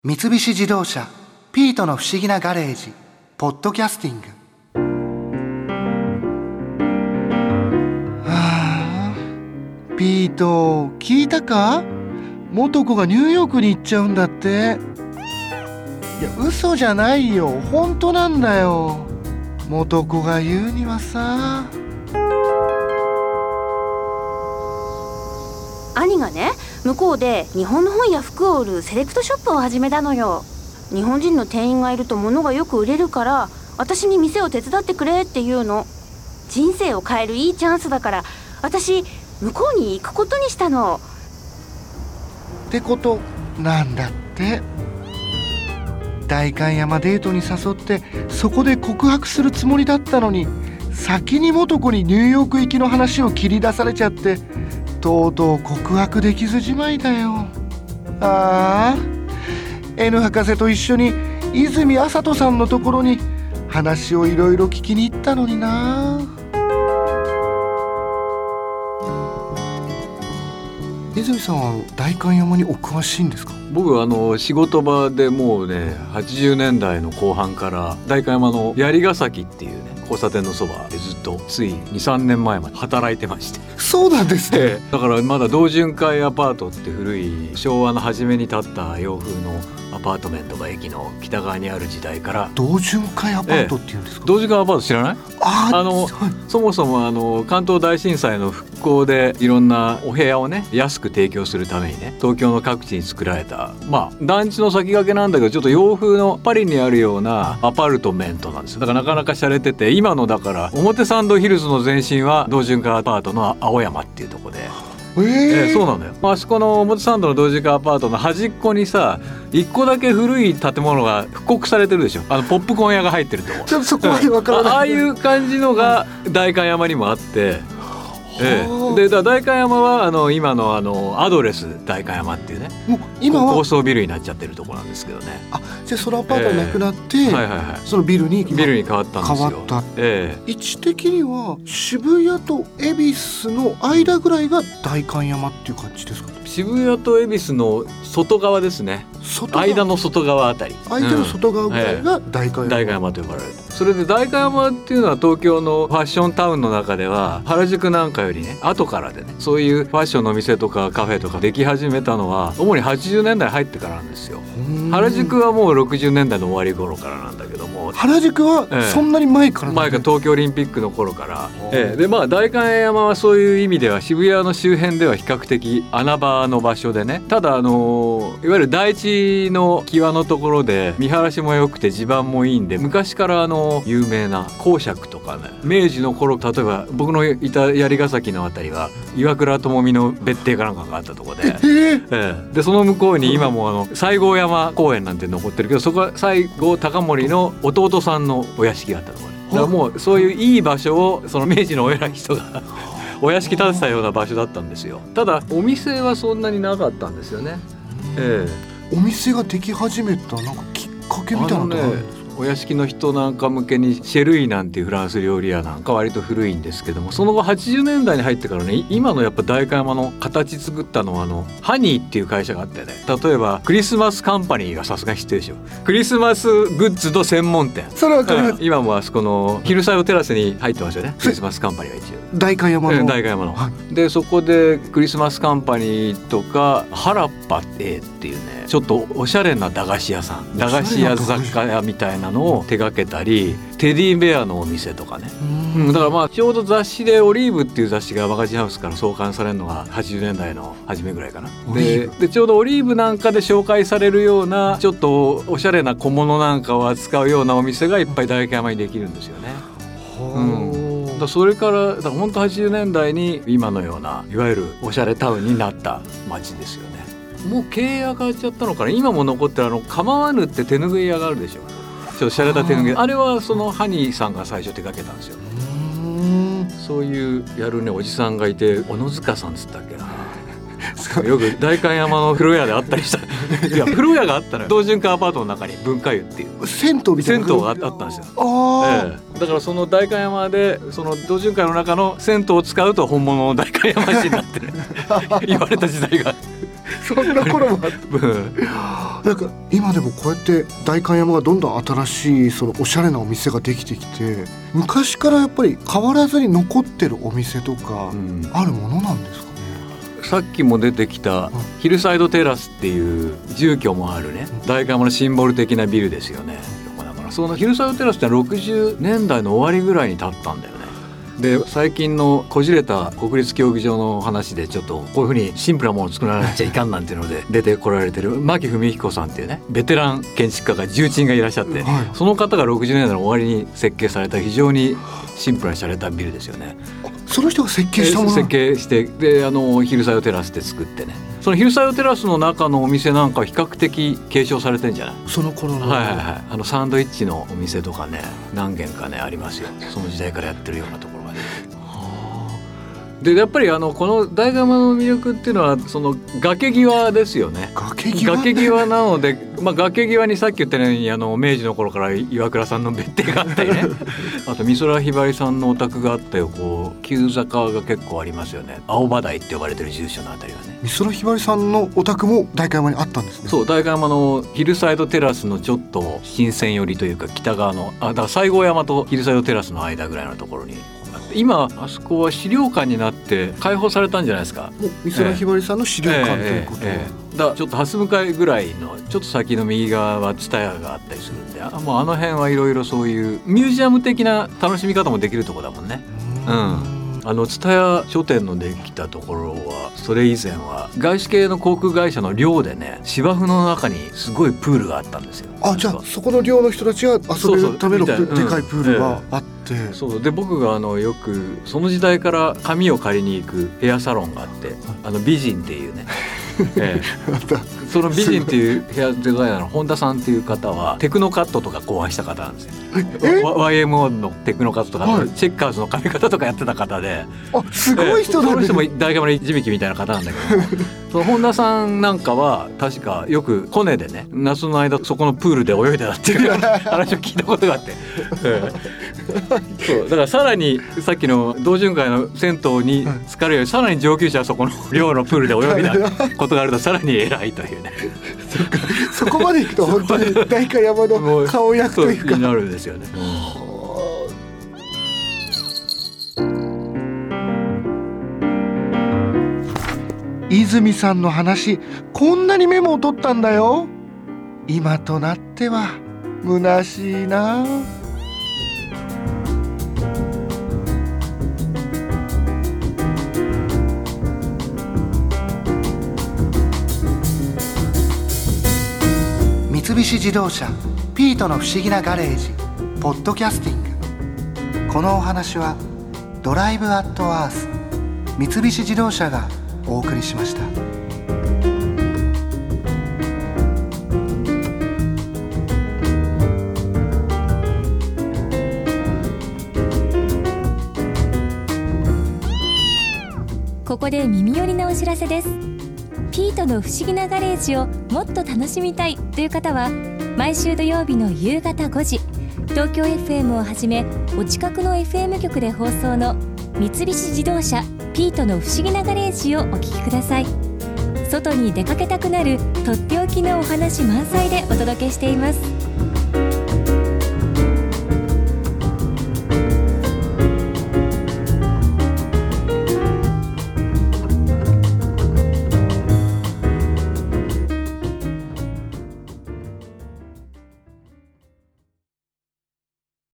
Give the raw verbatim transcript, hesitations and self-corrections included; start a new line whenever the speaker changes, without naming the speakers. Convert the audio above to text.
三菱自動車ピートの不思議なガレージポッドキャスティング。はあ、ピート聞いたか？元子がニューヨークに行っちゃうんだって。いや嘘じゃないよ、本当なんだよ。元子が言うにはさ。
兄がね、向こうで日本の本や服を売るセレクトショップを始めたのよ。日本人の店員がいると物がよく売れるから、私に店を手伝ってくれって言うの。人生を変えるいいチャンスだから、私向こうに行くことにしたの。
ってことなんだって。代官山デートに誘ってそこで告白するつもりだったのに、先に元子にニューヨーク行きの話を切り出されちゃって、とうとう告白できずじまいだよ。ああ、 N 博士と一緒に泉麻人さんのところに話をいろいろ聞きに行ったのにな。泉さんは代官山にお詳しいんですか？
僕はあの仕事場でもうねはちじゅうねんだいの後半から代官山の槍ヶ崎っていうね交差点のそばでずっとつい にさんねんまえまで働いてまして。
そうなんですね。
だからまだ同潤会アパートって古い昭和の初めに建った洋風のアパートメントが駅の北側にある時代から。
同潤会アパートっていうんですか？
同潤会アパート知らない？
あ
あのそもそもあの関東大震災の復興でいろんなお部屋をね安く提供するためにね東京の各地に作られた、まあ団地の先駆けなんだけどちょっと洋風のパリにあるようなアパルトメントなんですよ。だからなかなか洒落てて、今のだから表参道ヒルズの前身は同潤会アパートの青山っていうところで。
えー
えー、そうなんだよ。あそこの表参道の同潤会アパートの端っこにさ、一個だけ古い建物が復刻されてるでしょ。あのポップコーン屋が入ってるとこ。
ちょっとそこまでわからない。
ああいう感じのが代官山にもあって、ええ、でだ代官山はあの今のあのアドレス代官山っていうね、もう今は高層ビルになっちゃってるところなんですけどね。
あ、じゃあそのアパートなくなって、
ええはいはいはい、そ
のビルに
ビルに変わったんですよ。
変わった、
ええ、
位置的には渋谷と恵比寿の間ぐらいが代官山っていう感じですか？
渋谷と恵比寿の外側ですね。間の外側あたり、
間の外側ぐらいが代官山、うん、
代官山と呼ばれる。それで代官山っていうのは東京のファッションタウンの中では原宿なんかよりね後からでね、そういうファッションの店とかカフェとかでき始めたのは主にはちじゅうねんだい入ってからなんですよ。原宿はもうろくじゅうねんだいの終わり頃からなんだけども、
原宿はそんなに前から、
ええ、前から東京オリンピックの頃から、ええ、でまあ代官山はそういう意味では渋谷の周辺では比較的穴場の場所でね、ただあのいわゆる第一の際のところで見晴らしも良くて地盤もいいんで、昔からあの有名な公爵とかね、明治の頃例えば僕のいた槍ヶ崎のあたりは岩倉具視の別邸かなんかがあったところで、ええ、でその向こうに今もあの西郷山公園なんて残ってるけど、そこは西郷隆盛の弟さんのお屋敷があったところで、だからもうそういういい場所をその明治のお偉い人がお屋敷建てたような場所だったんですよ。ただお店はそんなになかったんですよね。え
え、お店ができ始めたなんかきっかけみたいなのがあるんですか？
お屋敷の人なんか向けにシェルイなんていうフランス料理屋なんか割と古いんですけども、その後はちじゅうねんだいに入ってからね、今のやっぱ代官山の形作ったのはあのハニーっていう会社があってね、例えばクリスマスカンパニーがさすがに知ってるでしょ。クリスマスグッズの専門店、
それは分かります。
今もあそこのヒルサイドテラスに入ってますよね、クリスマスカンパニーが一応
代官山の、
代官山の、
はい、
でそこでクリスマスカンパニーとかハラッパ A っていうねちょっとおしゃれな駄菓子屋さん、駄菓子屋雑貨屋みたいなのを手掛けたり、テディベアのお店とかね、うん、だからまあちょうど雑誌でオリーブっていう雑誌がマガジンハウスから創刊されるのがはちじゅうねんだいの初めぐらいかな。で, でちょうどオリーブなんかで紹介されるようなちょっとおしゃれな小物なんかを扱うようなお店がいっぱい代官山にできるんですよね。うん、だそれからだ本当はちじゅうねんだいに今のようないわゆるおしゃれタウンになった街ですよね。もう経営が変わっちゃったのかな。今も残ってるあの構わぬって手ぬぐい屋があるでしょ。ちょっと洒落た手ぬぐい、あれはそのハニーさんが最初手掛けたんですよ。うーん、そういうやるねおじさんがいて、小野塚さんつったっけなよく代官山の風呂屋であったりしたいや風呂屋があったら同潤会アパートの中に文化湯っていう
銭湯みたいな
銭湯があったんですよ。
あ、
ええ、だからその代官山でその同潤会の中の銭湯を使うと本物の代官山市になって、ね、言われた時代が
そんな頃もあったなんか今でもこうやって代官山がどんどん新しいそのおしゃれなお店ができてきて、昔からやっぱり変わらずに残ってるお店とかあるものなんですかね。
うん、さっきも出てきたヒルサイドテラスっていう住居もあるね、代官山のシンボル的なビルですよね。だからそのヒルサイドテラスってろくじゅうねんだいの終わりぐらいに建ったんだよね。で最近のこじれた国立競技場の話でちょっとこういうふうにシンプルなものを作らなきゃいかんなんていうので出てこられてる牧文彦さんっていうねベテラン建築家が重鎮がいらっしゃって、はい、その方がろくじゅうねんだいの終わりに設計された非常にシンプルな洒落たビルですよね。
その人が設計したもの？
設計してであのヒルサイドテラスって作ってね、そのヒルサイドテラスの中のお店なんかは比較的継承されてるんじゃない？
その頃の、
はいはいはい、あのサンドイッチのお店とかね何軒かねありますよ。その時代からやってるようなところがね。でやっぱりあのこの代官山の魅力っていうのはその崖際ですよね。
崖際？
崖際なので、まあ、崖際にさっき言ったようにあの明治の頃から岩倉さんの別邸があったりねあと美空ひばりさんのお宅があったよ。こう急坂が結構ありますよね。青葉台って呼ばれてる住所のあたりはね。
美空ひばりさんのお宅も代官山にあったんですね。
そう、代官山のヒルサイドテラスのちょっと新線寄りというか北側のあだから西郷山とヒルサイドテラスの間ぐらいのところに今あそこは資料館になって開放されたんじゃないですか。
もう美空ひばりさんの資料館、えー、ということは、えーえー、だちょっと蓮向かいぐらいのちょっと先の右側は蔦屋があったりするんで、あもうあの辺はいろいろそういうミュージアム的な楽しみ方もできるところだもんね。うん、あの蔦屋書店のできたところはそれ以前は外資系の航空会社の寮でね芝生の中にすごいプールがあったんですよ。 あじゃあそこの寮の人たちが遊べるためのでかいプールがあって、うん、
そうで僕があのよくその時代から髪を借りに行くヘアサロンがあってあの美人っていうねええ、その美人っていうヘアデザイナーの本田さんっていう方はテクノカットとか考案した方なんですよ。 ワイエムオー のテクノカットとか、はい、チェッカーズの髪型とかやってた方で、
あすごい人だね。
その人も大学の地引きみたいな方なんだけどその本田さんなんかは確かよくコネでね夏の間そこのプールで泳いでたっていう話を聞いたことがあって、ええ、そうだからさらにさっきの同潤会の銭湯に浸かるよりさらに上級者はそこの寮のプールで泳いだことがあるとさらに偉いというね
そっかそこまでいくと本当に代官山の顔役というか
になるんですよね。
泉さんの話こんなにメモを取ったんだよ。今となっては虚しいな。三菱自動車ピートの不思議なガレージポッドキャスティング。このお話はドライブアットアース三菱自動車がお送りしました。
ここで耳寄りなお知らせです。ピートの不思議なガレージをもっと楽しみたいという方は毎週土曜日の夕方ごじ東京 エフエム をはじめお近くの エフエム 局で放送の三菱自動車ピートの不思議なガレージをお聞きください。外に出かけたくなるとっておきのお話満載でお届けしています。